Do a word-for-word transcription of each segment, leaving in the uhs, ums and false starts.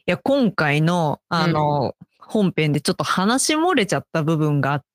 や、今回の、あうん。 の、本編でちょっと話漏れちゃった部分があって、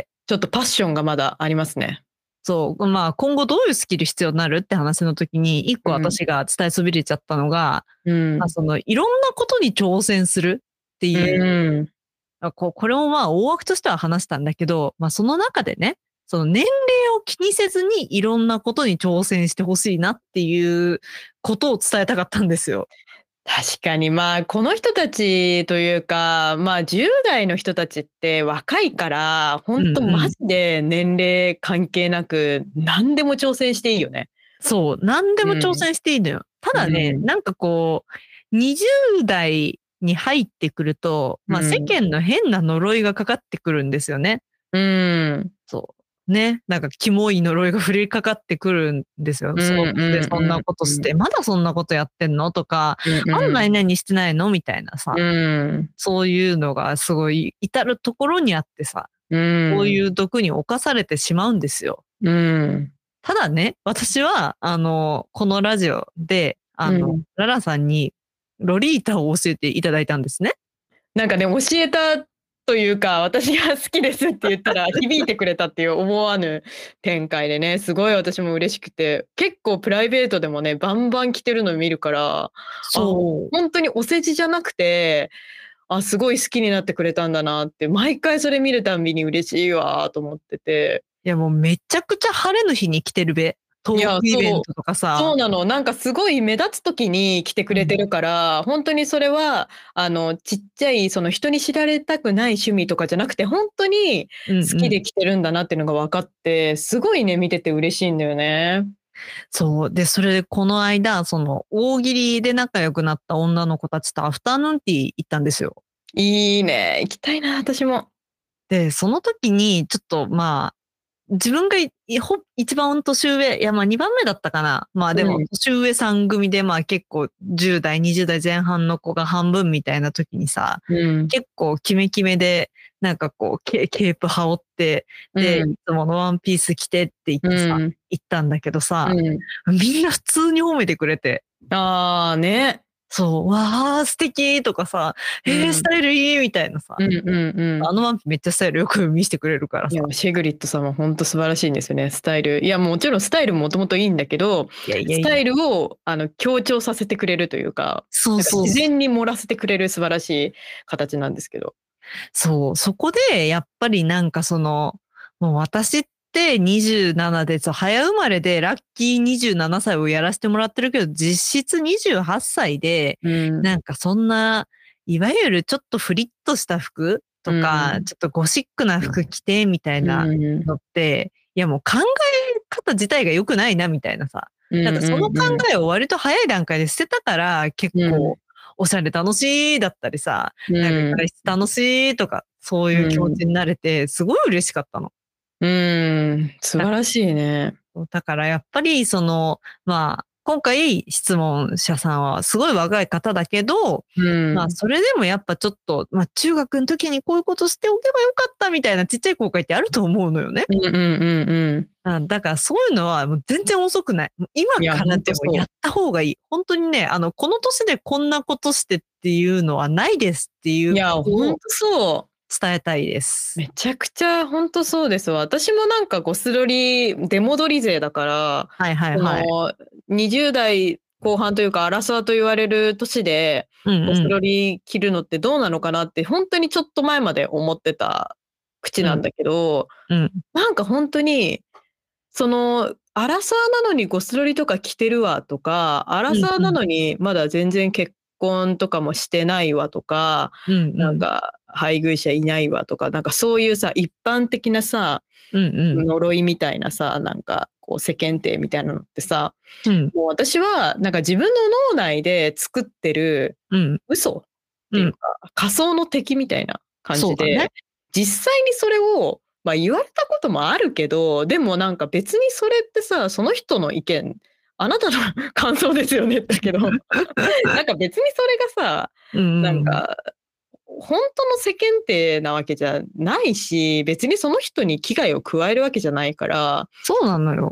ちょっとパッションがまだありますね。 そう、まあ、今後どういうスキル必要になるって話の時に、一個うん。 私が伝えそびれちゃったのが、まあ、 うん。 その、いろんなことに挑戦するってういう、 ーん。 あ、ここれもまあ、大枠としては話したんだけど、まあ、その中でね、その年齢を気にせずにいろんなことに挑戦して欲しいなっていうことを伝えたかったんですよ。 確かに、まあ、この人たちというか、まあ、じゅう代の人たちって若いから、ほんとマジうんうん。 で年齢関係なく、何でも挑戦していいよね。 そう、何でも挑うん。 戦していいのよ。ただね、 うん。 なんかこう、にじゅう代に入ってくると、まあ、世うん。 間の変な呪いがかかってくるんですよね。 うーん。 そう。ね、なんかキモい呪いが降りかかってくるんですよ。 うんその年でうんそんなうんうん。 ことして、まだそんなことやってんのとか、 うんまだうん。 何々してないのみたいなうさ、 ーん。 そういうのがすごい至るところにあってさ、 うそういーん。 う毒に侵されてしまうんですよ。 うーん。 ただね、私はあの、このラジオで、あの、 うん。 ララさんにロリータを教えていただいたんですね。 なんかね、教えたというか、私が好きですって言ったら響いてくれたっていう思わぬ展開でね、すごい私も嬉しくて、結構プライベートでもね、バンバン着てるの見るから、あ、 そう。 ほんとにお世辞じゃなくて、あ、すごい好きになってくれたんだなって、毎回それ見るたんびに嬉しいわと思ってて。 いやもうめちゃくちゃ晴れの日に来てるべ。トいや、 ークイベンそう。 トとかさ。 そうなの。なんかすごい目立つ時に来てくうん。 れてるから、ほんとにそれは、あの、ちっちゃいその人に知られたくない趣味とかじゃなくて、ほんとに好きうんうん。 で来てるんだなっていうのが分かって、すごいね、見てて嬉しいんだよね。 そう、で、それでこの間、その大喜利で仲良くなった女の子たちとアフタヌーンティー行ったんですよ。 いいね、行きたいな、私も。 で、その時にちょっとまあ、自分がいいほ一番年上、いやまあにばんめだったかな。まあでもうん。 年上さん組でまあ結構じゅう代、にじゅう代前半の子が半分みたいな時にさ、 うん。 結構キメキメで、なんかこうケケープ羽織って、で、いうん。 つものワンピース着てって言っうてさ、 ん。 行ったんだけどさ、 うん。 みんな普通に褒めてくれて。 ああ、ね。 そう、わあ、素敵とかさ、ええ、スうん。 タイルいいみたいなさ。 うんうんうん。 あのワンピめっちゃスタイルよく見してくれるからいや、 さ。 シェグリッドさんはほんと素晴らしいんですよね、スタイル。いや、もちろんスタイルももともといいんだけど、 いやいやいや。 スタイルをあの強調させてくれるというか、なんかそうそうす。 自然に盛らせてくれる素晴らしい形なんですけど。 そう、そこでやっぱりなんかその、もう私ってにじゅうななで、そう、早生まれでラッキーにじゅうななさいをやらしてもらってるけど、実質にじゅうはっさいで、 うん。 なんかそんな、いわゆるちょっとフリッとした服うとか、 ん。 ちょっとゴシックな服着てみたいうなん。 のって、いやもう考え方自体が良くないなみたいなさ。 うんなんかその考うんうん。 えを割と早い段階で捨てたから、結うん。 構おしゃれ楽しいだったりさ、 うなんかん。 外出楽しいとか、そういう気持うん。 ちになれて、すごい嬉しかったの。 うーん、素だ晴らしいね。 だからやっぱりその、まあ、今回質問者さんはすごい若い方だけど、 うまあ、 ん。 それでもやっぱちょっと、ま、中学ん時にこういうことしておけばよかったみたいなちっちゃい後悔ってあると思うのよね。 うんうんうんうん。 あ、だからそういうのはもう全然遅くない。もう今いや、ほからんとそう。 でもやった方がいい。ほんとにね、あの、この年でこんなことしてっていうのはないですっていうこいや、 とをほんとそう。 伝えたいです。 めちゃくちゃほんとそうですわ。私もなんかゴスロリ出戻り勢だから、 はいはいそはい。 のにじゅう代後半というか、アラサーと言われる年で、ゴスうんうん。 ロリ着るのってどうなのかなって、ほんとにちょっと前まで思ってた口うん。 なんだけど、 うん。 なんかほんとに、その、アラサーなのにゴスロリとか着てるわとか、アラサーなうんうん。 のにまだ全然結婚とかもしてないわとか、 うんうん。 なんか配偶者いないわとか、なんかそういうさ、一般的なさ、 うんうん。 呪いみたいなさ、なんかこう世間体みたいなのってさ、 うん。 もう私はなんか自分の脳内で作ってるうん。 嘘ってうん。 いうか、仮想の敵みたいな感そうだね。 じで、実際にそれを、ま、言われたこともあるけど、でもなんか別にそれってさ、その人の意見、あなたの感想ですよねだけど、なんか別にそれがさ、 うんうんうん。 なんか、ほんとの世間体なわけじゃないし、別にその人に危害を加えるわけじゃないから、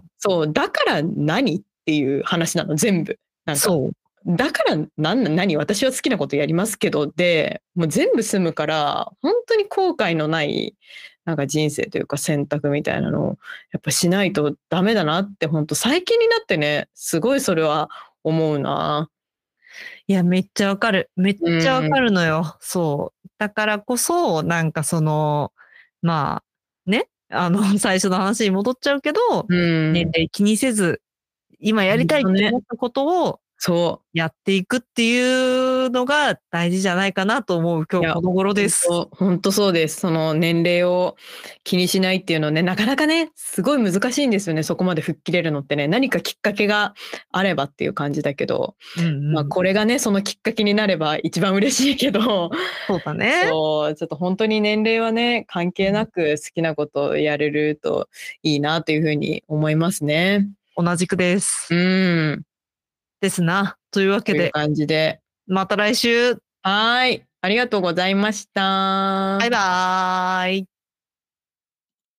そうなのよ。 そう、だから何っていう話なの、全部。なんか。 そう。 だからなん何私は好きなことやりますけどでもう全部済むから本当に後悔のないなんか人生というか選択みたいなのをやっぱしないとダメだなって本当最近になってねすごいそれは思うな。 いや、めっちゃわかる。めっうんちゃわかるのよ。そう。だからこそ、なんかその、まあ、ね、あの、最初の話に戻っちゃうけど、 うん年齢気にせず、今やりたいって思ったことをそうやっていくっていうのが大事じゃないかなと思う今日この頃です。 本当、本当そうです。その年齢を気にしないっていうのね、なかなかね、すごい難しいんですよね。そこまで吹っ切れるのってね、何かきっかけがあればっていう感じだけど、 うんうん、 まあこれがね、そのきっかけになれば一番嬉しいけど、 そうだね。 そう、ちょっと本当に年齢はね、関係なく好きなことをやれるといいなというふうに思いますね。 同じくです。 うん。 ですな。というわけで、 という感じで。 また来週。 はい。ありがとうございました。 バイバーイ。